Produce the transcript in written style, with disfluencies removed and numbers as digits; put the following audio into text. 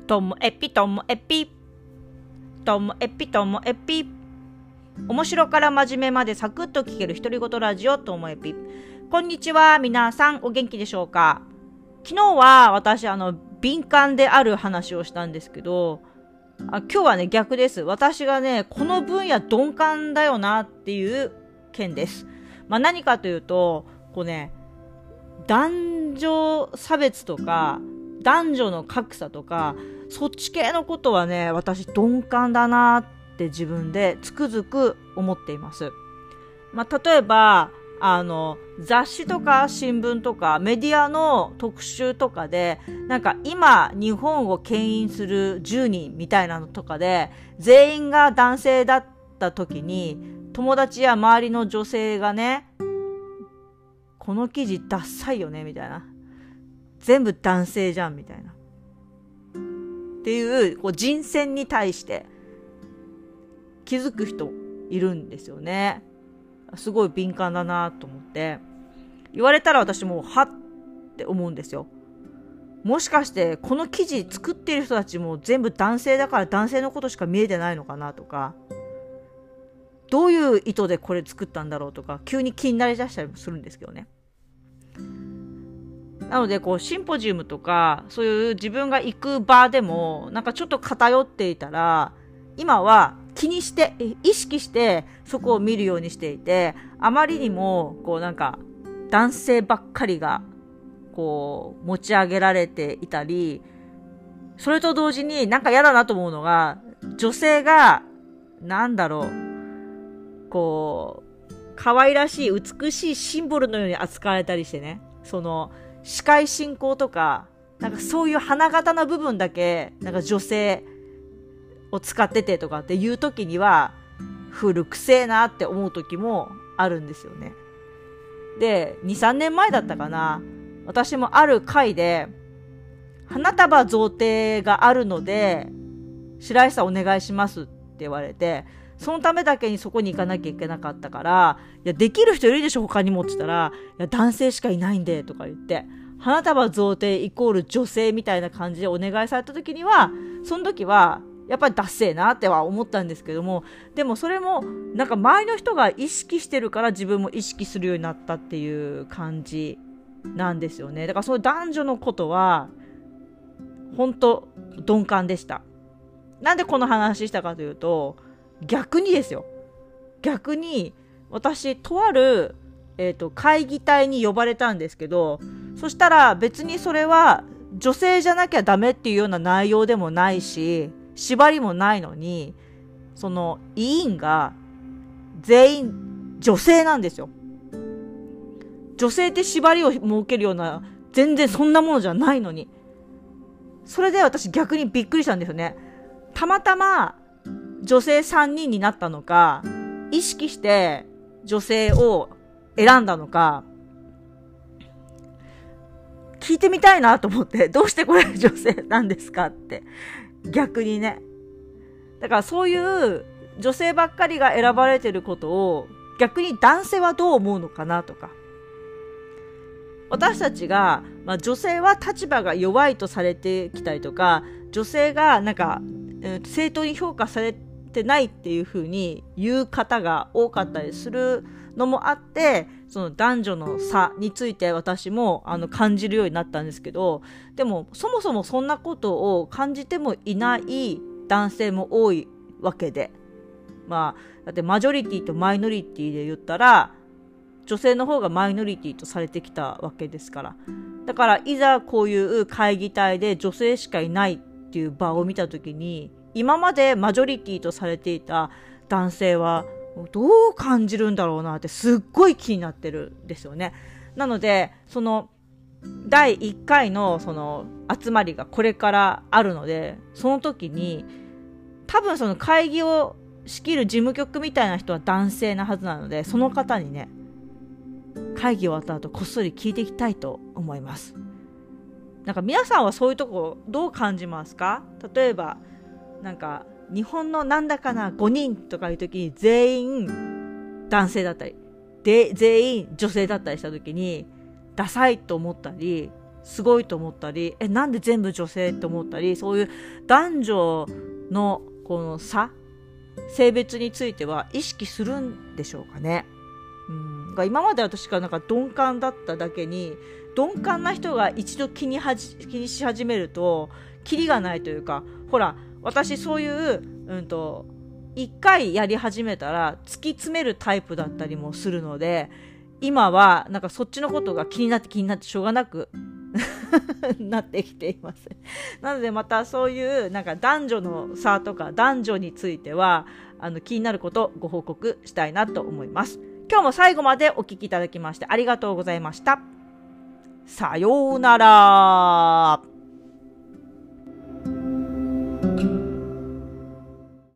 ともえぴともえぴともえぴともえぴ、面白から真面目までサクッと聞ける独り言ラジオともえぴ。こんにちは、皆さんお元気でしょうか。昨日は私敏感である話をしたんですけど、今日はね逆です。私がねこの分野鈍感だよなっていう件です。何かというとこうね、男女差別とか男女の格差とかそっち系のことはね、私鈍感だなって自分でつくづく思っています。例えば雑誌とか新聞とかメディアの特集とかでなんか今日本を牽引する10人みたいなのとかで全員が男性だった時に友達や周りの女性がね、この記事ダッサいよねみたいな、全部男性じゃんみたいなっていう、人選に対して気づく人いるんですよね。すごい敏感だなと思って言われたら私もはって思うんですよ。もしかしてこの記事作っている人たちも全部男性だから男性のことしか見えてないのかなとか、どういう意図でこれ作ったんだろうとか急に気になりだしたりもするんですけどね。なのでシンポジウムとかそういう自分が行く場でもなんかちょっと偏っていたら今は気にして意識してそこを見るようにしていて、あまりにもなんか男性ばっかりが持ち上げられていたり、それと同時になんか嫌だなと思うのが女性が可愛らしい美しいシンボルのように扱われたりしてね、その司会進行とかなんかそういう花形な部分だけなんか女性を使っててとかっていう時には古くせえなって思う時もあるんですよね。で 2,3 年前だったかな、私もある会で花束贈呈があるので白石さんお願いしますって言われて、そのためだけにそこに行かなきゃいけなかったから、いやできる人いるでしょ他にもって言ったら、いや男性しかいないんでとか言って、花束贈呈イコール女性みたいな感じでお願いされた時には、その時はやっぱりダッセーなっては思ったんですけども、でもそれもなんか周りの人が意識してるから自分も意識するようになったっていう感じなんですよね。だからそういう男女のことは本当鈍感でした。なんでこの話したかというと、逆にですよ、逆に私とある、会議体に呼ばれたんですけど、そしたら別にそれは女性じゃなきゃダメっていうような内容でもないし縛りもないのに、その委員が全員女性なんですよ。女性って縛りを設けるような全然そんなものじゃないのに、それで私逆にびっくりしたんですよね。たまたま女性3人になったのか、意識して女性を選んだのか聞いてみたいなと思って、どうしてこれ女性なんですかって逆にね。だからそういう女性ばっかりが選ばれてることを逆に男性はどう思うのかなとか、私たちが、女性は立場が弱いとされてきたりとか、女性がなんか、正当に評価されてないっていう風に言う方が多かったりするのもあって、その男女の差について私も感じるようになったんですけど、でもそもそもそんなことを感じてもいない男性も多いわけで、だってマジョリティとマイノリティで言ったら女性の方がマイノリティとされてきたわけですから、だからいざこういう会議体で女性しかいないっていう場を見たときに、今までマジョリティとされていた男性はどう感じるんだろうなってすっごい気になってるんですよね。なのでその第1回のその集まりがこれからあるので、その時に多分その会議を仕切る事務局みたいな人は男性なはずなので、その方にね会議終わった後こっそり聞いていきたいと思います。なんか皆さんはそういうとこどう感じますか？例えばなんか日本のなんだかな5人とかいう時に全員男性だったりで全員女性だったりした時にダサいと思ったりすごいと思ったり、なんで全部女性って思ったり、そういう男女のこの差、性別については意識するんでしょうかね。今まで私がなんか鈍感だっただけに、鈍感な人が一度気にし始めるとキリがないというか、ほら私そういう一回やり始めたら突き詰めるタイプだったりもするので、今はなんかそっちのことが気になってしょうがなくなってきています。なのでまたそういうなんか男女の差とか男女については気になることをご報告したいなと思います。今日も最後までお聞きいただきましてありがとうございました。さようなら。